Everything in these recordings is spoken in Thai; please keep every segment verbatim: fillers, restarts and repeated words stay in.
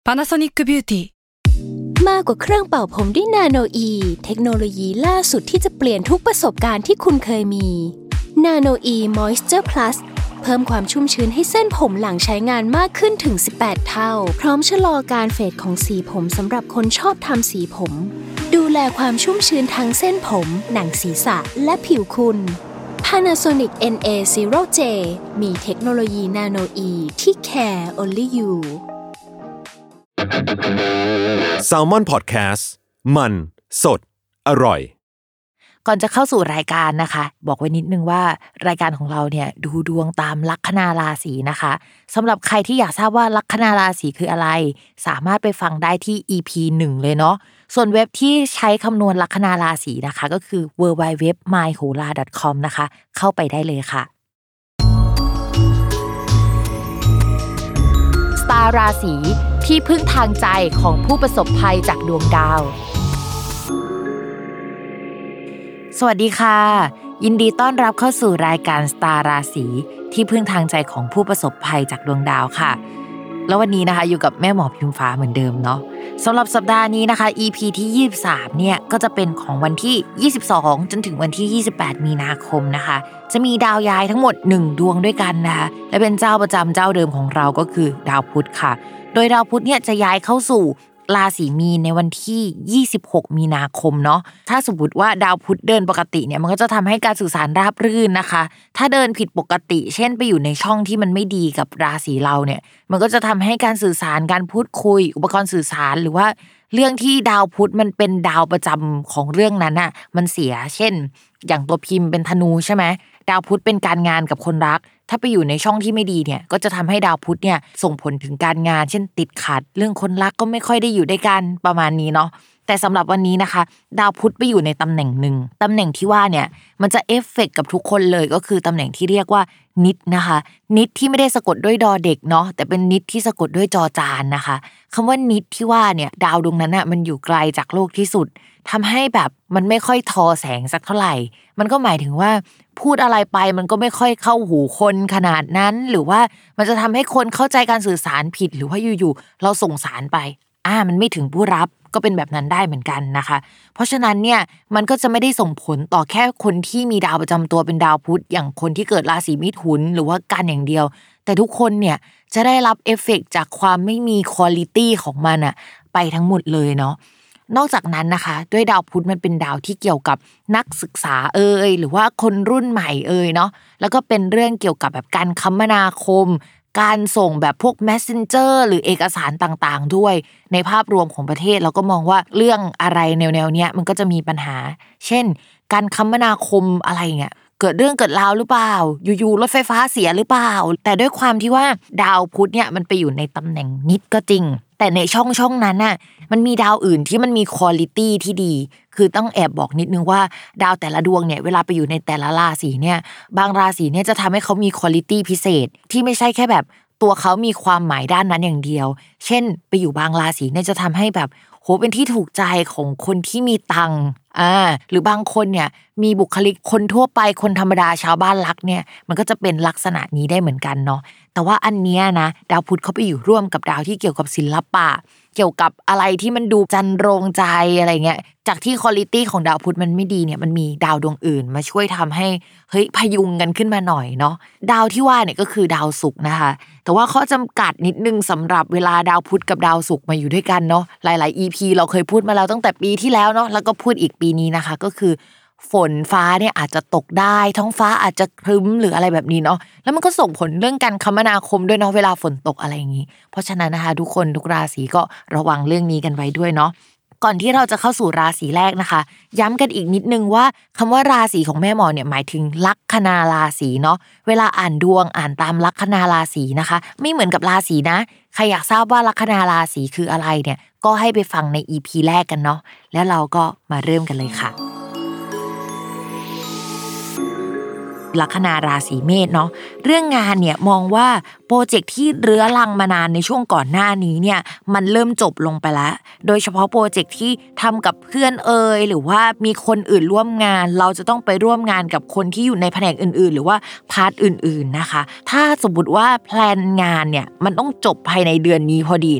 Panasonic Beauty มากกว่าเครื่องเป่าผมด้วยนาโนอีเทคโนโลยีล่าสุดที่จะเปลี่ยนทุกประสบการณ์ที่คุณเคยมีนาโนอีมอยส์เจอร์พลัสเพิ่มความชุ่มชื้นให้เส้นผมหลังใช้งานมากขึ้นถึงสิบแปดเท่าพร้อมชะลอการเฟดของสีผมสำหรับคนชอบทำสีผมดูแลความชุ่มชื้นทั้งเส้นผมหนังศีรษะและผิวคุณ Panasonic เอ็น เอ ศูนย์ เจ มีเทคโนโลยีนาโนอีที่ care only you Salmon Podcast มันสดอร่อยก่อนจะเข้าสู่รายการนะคะบอกไว้นิดนึงว่ารายการของเราเนี่ยดูดวงตามลัคนาราศีนะคะสำหรับใครที่อยากทราบว่าลัคนาราศีคืออะไรสามารถไปฟังได้ที่ อี พี หนึ่งเลยเนาะส่วนเว็บที่ใช้คำนวณลัคนาราศีนะคะก็คือ ดับเบิลยู ดับเบิลยู ดับเบิลยู ดอท มายโหรา ดอท คอม นะคะเข้าไปได้เลยค่ะสตาร์ราศีที่พึ่งทางใจของผู้ประสบภัยจากดวงดาวสวัสดีค่ะยินดีต้อนรับเข้าสู่รายการสตาร์ราศีที่พึ่งทางใจของผู้ประสบภัยจากดวงดาวค่ะแล้ววันนี้นะคะอยู่กับแม่หมอพิมฟ้าเหมือนเดิมเนาะสำหรับสัปดาห์นี้นะคะ อี พี ที่ยี่สิบสามเนี่ยก็จะเป็นของวันที่ยี่สิบสองจนถึงวันที่ยี่สิบแปดมีนาคมนะคะจะมีดาวย้ายทั้งหมดหนึ่งดวงด้วยกันนะคะและเป็นเจ้าประจำเจ้าเดิมของเราก็คือดาวพุธค่ะโดยดาวพุธเนี่ยจะย้ายเข้าสู่ราศีมีนในวันที่ยี่สิบหกมีนาคมเนาะถ้าสมมติว่าดาวพุธเดินปกติเนี่ยมันก็จะทำให้การสื่อสารราบรื่นนะคะถ้าเดินผิดปกติเช่นไปอยู่ในช่องที่มันไม่ดีกับราศีเราเนี่ยมันก็จะทำให้การสื่อสารการพูดคุยอุปกรณ์สื่อสารหรือว่าเรื่องที่ดาวพุธมันเป็นดาวประจำของเรื่องนั้นน่ะมันเสียเช่นอย่างตัวพิมพ์เป็นธนูใช่ไหมดาวพุธเป็นการงานกับคนรักถ้าไปอยู่ในช่องที่ไม่ดีเนี่ยก็จะทำให้ดาวพุธเนี่ยส่งผลถึงการงานเช่นติดขัดเรื่องคนรักก็ไม่ค่อยได้อยู่ด้วยกันประมาณนี้เนาะแต่สำหรับวันนี้นะคะดาวพุธไปอยู่ในตำแหน่งหนึ่งตำแหน่งที่ว่าเนี่ยมันจะเอฟเฟคกับทุกคนเลยก็คือตำแหน่งที่เรียกว่านิดนะคะนิดที่ไม่ได้สะกดด้วยดอเด็กเนาะแต่เป็นนิดที่สะกดด้วยจอจานนะคะคำว่านิดที่ว่าเนี่ยดาวดวงนั้นน่ะมันอยู่ไกลจากโลกที่สุดทำให้แบบมันไม่ค่อยทอแสงสักเท่าไหร่มันก็หมายถึงว่าพูดอะไรไปมันก็ไม่ค่อยเข้าหูคนขนาดนั้นหรือว่ามันจะทำให้คนเข้าใจการสื่อสารผิดหรือว่าอยู่ๆเราส่งสารไปอ่ามันไม่ถึงผู้รับก็เป็นแบบนั้นได้เหมือนกันนะคะเพราะฉะนั้นเนี่ยมันก็จะไม่ได้ส่งผลต่อแค่คนที่มีดาวประจำตัวเป็นดาวพุธอย่างคนที่เกิดราศีมิถุนหรือว่ากันอย่างเดียวแต่ทุกคนเนี่ยจะได้รับเอฟเฟกต์จากความไม่มีควอลิตี้ของมันอะไปทั้งหมดเลยเนาะนอกจากนั้นนะคะด้วยดาวพุธมันเป็นดาวที่เกี่ยวกับนักศึกษาเอ่ยหรือว่าคนรุ่นใหม่เอ่ยเนาะแล้วก็เป็นเรื่องเกี่ยวกับแบบการคมนาคมการส่งแบบพวก messenger หรือเอกสารต่างๆด้วยในภาพรวมของประเทศเราก็มองว่าเรื่องอะไรแนวๆเนี้ยมันก็จะมีปัญหาเช่นการคมนาคมอะไรเงี้ยเกิดเรื่องเกิดราวหรือเปล่าอยู่ๆรถไฟฟ้าเสียหรือเปล่าแต่ด้วยความที่ว่าดาวพุธเนี่ยมันไปอยู่ในตำแหน่งนิดก็จริงแต่ในช่องช่องนั้นน่ะมันมีดาวอื่นที่มันมีควอลิตี้ที่ดีคือต้องแอบบอกนิดนึงว่าดาวแต่ละดวงเนี่ยเวลาไปอยู่ในแต่ละราศีเนี่ยบางราศีเนี่ยจะทำให้เขามีควอลิตี้พิเศษที่ไม่ใช่แค่แบบตัวเขามีความหมายด้านนั้นอย่างเดียวเช่นไปอยู่บางราศีเนี่ยจะทำให้แบบโหเป็นที่ถูกใจของคนที่มีตังค์อ่าหรือบางคนเนี่ยมีบุคลิกคนทั่วไปคนธรรมดาชาวบ้านรักเนี่ยมันก็จะเป็นลักษณะนี้ได้เหมือนกันเนาะแต่ว่าอันเนี้ยนะดาวพุธเขาไปอยู่ร่วมกับดาวที่เกี่ยวกับศิลปะเกี่ยวกับอะไรที่มันดูจันโรงใจอะไรเงี้ยจากที่ควอลิตี้ของดาวพุธมันไม่ดีเนี่ยมันมีดาวดวงอื่นมาช่วยทำให้เฮ้ยพยุงกันขึ้นมาหน่อยเนาะดาวที่ว่าเนี่ยก็คือดาวศุกร์นะคะแต่ว่าข้อจำกัดนิดนึงสำหรับเวลาดาวพุธกับดาวศุกร์มาอยู่ด้วยกันเนาะหลายๆ อี พี เราเคยพูดมาแล้วตั้งแต่ปีที่แล้วเนาะแล้วก็พูดอีกปีนี้นะคะก็คือฝนฟ้าเนี่ยอาจจะตกได้ท้องฟ้าอาจจะครึ้มหรืออะไรแบบนี้เนาะแล้วมันก็ส่งผลเรื่องการคมนาคมด้วยเนาะเวลาฝนตกอะไรอย่างงี้เพราะฉะนั้นนะคะทุกคนทุกราศีก็ระวังเรื่องนี้กันไว้ด้วยเนาะก่อนที่เราจะเข้าสู่ราศีแรกนะคะย้ำกันอีกนิดนึงว่าคำว่าราศีของแม่หมอเนี่ยหมายถึงลัคนาราศีเนาะเวลาอ่านดวงอ่านตามลัคนาราศีนะคะไม่เหมือนกับราศีนะใครอยากทราบว่าลัคนาราศีคืออะไรเนี่ยก็ให้ไปฟังใน อี พี แรกกันเนาะแล้วเราก็มาเริ่มกันเลยค่ะลัคนาราศีเมษเนาะเรื่องงานเนี่ยมองว่าโปรเจกต์ที่เรื้อรังมานานในช่วงก่อนหน้านี้เนี่ยมันเริ่มจบลงไปแล้วโดยเฉพาะโปรเจกต์ที่ทำกับเพื่อนเอ่ยหรือว่ามีคนอื่นร่วมงานเราจะต้องไปร่วมงานกับคนที่อยู่ในแผนกอื่นๆหรือว่าพาร์ทอื่นๆนะคะถ้าสมมติว่าแพลนงานเนี่ยมันต้องจบภายในเดือนนี้พอดีนะค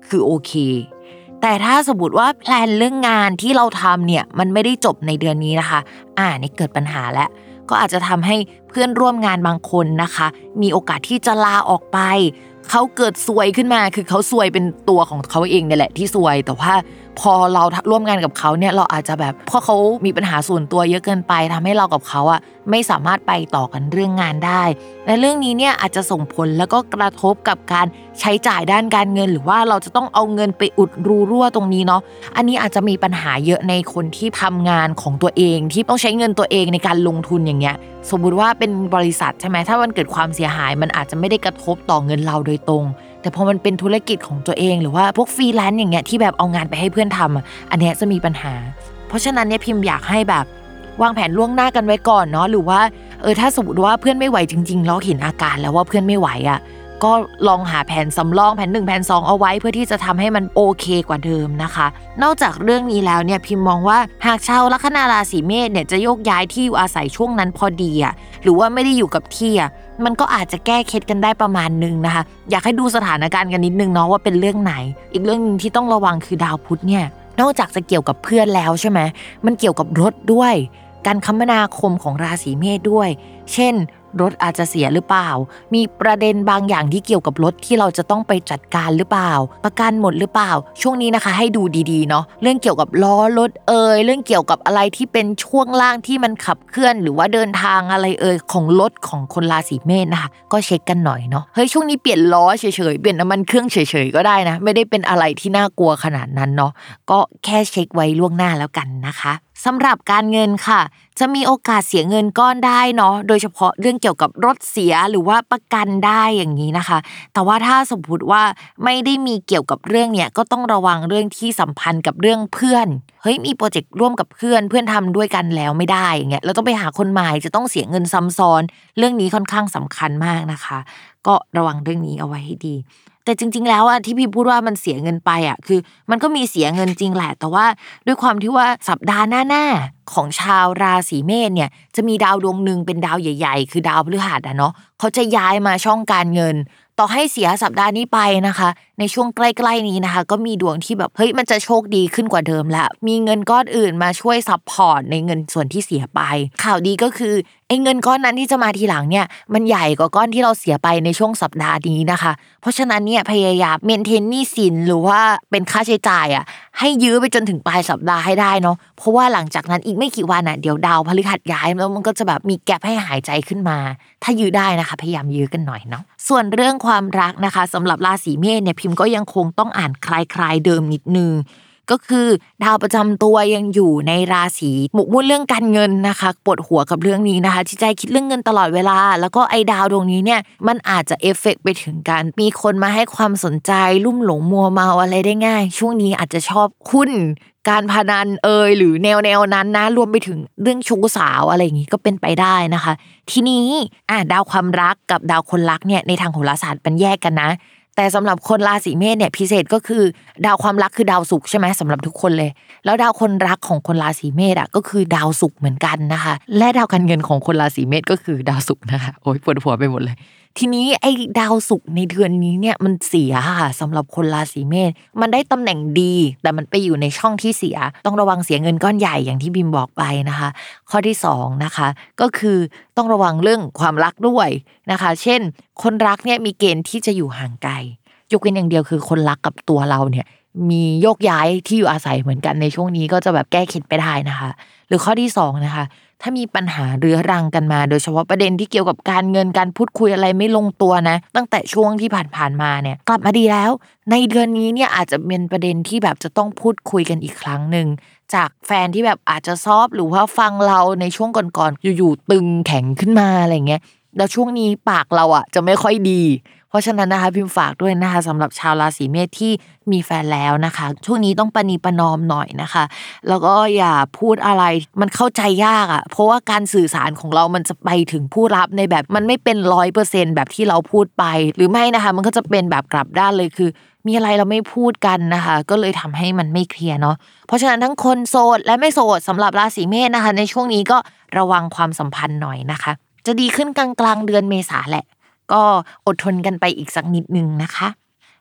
คือโอเคแต่ถ้าสมมติว่าแพลนเรื่องงานที่เราทำเนี่ยมันไม่ได้จบในเดือนนี้นะคะอ่านี่เกิดปัญหาแล้วก็อาจจะทำให้เพื่อนร่วมงานบางคนนะคะมีโอกาสที่จะลาออกไปเขาเกิดซวยขึ้นมาคือเขาซวยเป็นตัวของเขาเองเนี่ยแหละที่ซวยแต่ว่าพอเราร่วมงานกับเขาเนี่ยเราอาจจะแบบเพราะเขามีปัญหาส่วนตัวเยอะเกินไปทำให้เรากับเขาอะไม่สามารถไปต่อกันเรื่องงานได้และเรื่องนี้เนี่ยอาจจะส่งผลแล้วก็กระทบกับการใช้จ่ายด้านการเงินหรือว่าเราจะต้องเอาเงินไปอุดรูรั่วตรงนี้เนาะอันนี้อาจจะมีปัญหาเยอะในคนที่ทำงานของตัวเองที่ต้องใช้เงินตัวเองในการลงทุนอย่างเงี้ยสมมุติว่าเป็นบริษัทใช่ไหมถ้ามันเกิดความเสียหายมันอาจจะไม่ได้กระทบต่อเงินเราโดยตรงแต่พอมันเป็นธุรกิจของตัวเองหรือว่าพวกฟรีแลนซ์อย่างเงี้ยที่แบบเอางานไปให้เพื่อนทำอ่ะอันเนี้ยจะมีปัญหาเพราะฉะนั้นเนี่ยพิมพ์อยากให้แบบวางแผนล่วงหน้ากันไว้ก่อนเนาะหรือว่าเออถ้าสมมติว่าเพื่อนไม่ไหวจริงๆแล้วเห็นอาการแล้วว่าเพื่อนไม่ไหวอ่ะก็ลองหาแผนสำรองแผนหนึ่งแผนสองเอาไว้เพื่อที่จะทำให้มันโอเคกว่าเดิมนะคะนอกจากเรื่องนี้แล้วเนี่ยพิมพ์มองว่าหากชาวลัคนาราศีเมษเนี่ยจะโยกย้ายที่อยู่อาศัยช่วงนั้นพอดีอ่ะหรือว่าไม่ได้อยู่กับที่อ่ะมันก็อาจจะแก้เคล็ดกันได้ประมาณนึงนะคะอยากให้ดูสถานการณ์กันนิดนึงเนาะว่าเป็นเรื่องไหนอีกเรื่องนึงที่ต้องระวังคือดาวพุธเนี่ยนอกจากจะเกี่ยวกับเพื่อนแล้วใช่ไหมมันเกี่ยวกับรถด้วยการคมนาคมของราศีเมษด้วยเช่นรถอาจจะเสียหรือเปล่ามีประเด็นบางอย่างที่เกี่ยวกับรถที่เราจะต้องไปจัดการหรือเปล่าประกันหมดหรือเปล่าช่วงนี้นะคะให้ดูดีๆเนาะเรื่องเกี่ยวกับล้อรถเอ่ยเรื่องเกี่ยวกับอะไรที่เป็นช่วงล่างที่มันขับเคลื่อนหรือว่าเดินทางอะไรเอ่ยของรถของคนราศีเมษนะคะก็เช็คกันหน่อยเนาะเฮ้ยช่วงนี้เปลี่ยนล้อเฉยๆเปลี่ยนน้ำมันเครื่องเฉยๆก็ได้นะไม่ได้เป็นอะไรที่น่ากลัวขนาดนั้นเนาะก็แค่เช็คไว้ล่วงหน้าแล้วกันนะคะสำหรับการเงินค่ะจะมีโอกาสเสียเงินก้อนได้เนาะโดยเฉพาะเรื่องเกี่ยวกับรถเสียหรือว่าประกันได้อย่างนี้นะคะแต่ว่าถ้าสมมติว่าไม่ได้มีเกี่ยวกับเรื่องเนี้ยก็ต้องระวังเรื่องที่สัมพันธ์กับเรื่องเพื่อนเฮ้ยมีโปรเจกต์ร่วมกับเพื่อนเพื่อนทำด้วยกันแล้วไม่ได้อย่างเงี้ยเราต้องไปหาคนใหม่จะต้องเสียเงินซ้ำซ้อนเรื่องนี้ค่อนข้างสำคัญมากนะคะก็ระวังเรื่องนี้เอาไว้ให้ดีแต่จริงๆแล้วอะที่พี่พูดว่ามันเสียเงินไปอะคือมันก็มีเสียเงินจริงแหละแต่ว่าด้วยความที่ว่าสัปดาห์หน้าๆของชาวราศีเมษเนี่ยจะมีดาวดวงนึงเป็นดาวใหญ่ๆคือดาวพฤหัสอะเนาะเขาจะย้ายมาช่องการเงินต่อให้เสียสัปดาห์นี้ไปนะคะในช่วงใกล้ๆนี้นะคะก็มีดวงที่แบบเฮ้ยมันจะโชคดีขึ้นกว่าเดิมแล้วมีเงินก้อนอื่นมาช่วยซัพพอร์ตในเงินส่วนที่เสียไปข่าวดีก็คือไอ้เงินก้อนนั้นที่จะมาทีหลังเนี่ยมันใหญ่กว่าก้อนที่เราเสียไปในช่วงสัปดาห์นี้นะคะเพราะฉะนั้นเนี่ยพยายามเมนเทนหนี้สินหรือว่าเป็นค่าใช้จ่ายอ่ะให้ยื้อไปจนถึงปลายสัปดาห์ให้ได้เนาะเพราะว่าหลังจากนั้นอีกไม่กี่วันอ่ะเดี๋ยวดาวพฤหัสย้ายแล้วมันก็จะแบบมีแกปให้หายใจขึ้นมาถ้ายื้อได้นะคะพยายามยื้อกันหน่อยเนาะส่วนเรื่องความรักนะคะสำหรับราศีเมษเนี่ยพิมพ์ก็ยังคงต้องอ่านคล้ายๆเดิมนิดนึงก็คือดาวประจำตัวยังอยู่ในราศีหมกมุ่นเรื่องการเงินนะคะปวดหัวกับเรื่องนี้นะคะที่ใจคิดเรื่องเงินตลอดเวลาแล้วก็ไอ้ดาวดวงนี้เนี่ยมันอาจจะเอฟเฟกต์ไปถึงการมีคนมาให้ความสนใจลุ่มหลงมัวเมาอะไรได้ง่ายช่วงนี้อาจจะชอบหุ้นการพนันเอยหรือแนวแนวนั้นนะรวมไปถึงเรื่องชู้สาวอะไรอย่างนี้ก็เป็นไปได้นะคะทีนี้อ่ะดาวความรักกับดาวคนรักเนี่ยในทางโหราศาสตร์มันแยกกันนะแต่สำหรับคนราศีเมษเนี่ยพิเศษก็คือดาวความรักคือดาวศุกร์ใช่ไหมสำหรับทุกคนเลยแล้วดาวคนรักของคนราศีเมษอ่ะก็คือดาวศุกร์เหมือนกันนะคะและดาวการเงินของคนราศีเมษก็คือดาวศุกร์นะคะโอ๊ยปวดหัวไปหมดเลยทีนี้ไอ้ดาวศุกร์ในเดือนนี้เนี่ยมันเสียค่ะสำหรับคนราศีเมษมันได้ตำแหน่งดีแต่มันไปอยู่ในช่องที่เสียต้องระวังเสียเงินก้อนใหญ่อย่างที่บิมบอกไปนะคะข้อที่สองนะคะก็คือต้องระวังเรื่องความรักด้วยนะคะเช่นคนรักเนี่ยมีเกณฑ์ที่จะอยู่ห่างไกลยกเว้นอย่างเดียวคือคนรักกับตัวเราเนี่ยมีโยกย้ายที่อยู่อาศัยเหมือนกันในช่วงนี้ก็จะแบบแก้เคล็ดไปได้นะคะหรือข้อที่สองนะคะถ้ามีปัญหาเรื้อรังกันมาโดยเฉพาะประเด็นที่เกี่ยวกับการเงินการพูดคุยอะไรไม่ลงตัวนะตั้งแต่ช่วงที่ผ่านๆมาเนี่ยกลับมาดีแล้วในเดือนนี้เนี่ยอาจจะเป็นประเด็นที่แบบจะต้องพูดคุยกันอีกครั้งนึงจากแฟนที่แบบอาจจะซอฟหรือว่าฟังเราในช่วงก่อนๆอยู่ๆตึงแข็งขึ้นมาอะไรเงี้ยแล้วช่วงนี้ปากเราอ่ะจะไม่ค่อยดีเพราะฉะนั้นนะคะพิมพ์ฝากด้วยนะคะสำหรับชาวราศีเมษที่มีแฟนแล้วนะคะช่วงนี้ต้องประนีประนอมหน่อยนะคะแล้วก็อย่าพูดอะไรมันเข้าใจยากอ่ะเพราะว่าการสื่อสารของเรามันจะไปถึงผู้รับในแบบมันไม่เป็น ร้อยเปอร์เซ็นต์ แบบที่เราพูดไปหรือไม่นะคะมันก็จะเป็นแบบกลับด้านเลยคือมีอะไรเราไม่พูดกันนะคะก็เลยทำให้มันไม่เคลียร์เนาะเพราะฉะนั้นทั้งคนโสดและไม่โสดสำหรับราศีเมษนะคะในช่วงนี้ก็ระวังความสัมพันธ์หน่อยนะคะจะดีขึ้นกลางๆเดือนเมษาแหละก็อดทนกันไปอีกสักนิดนึงนะคะ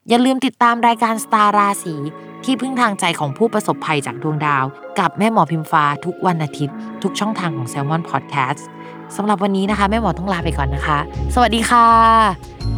อย่าลืมติดตามรายการสตาร์ราศีที่พึ่งทางใจของผู้ประสบภัยจากดวงดาวกับแม่หมอพิมฟ้าทุกวันอาทิตย์ทุกช่องทางของ Salmon Podcast สำหรับวันนี้นะคะแม่หมอต้องลาไปก่อนนะคะสวัสดีค่ะ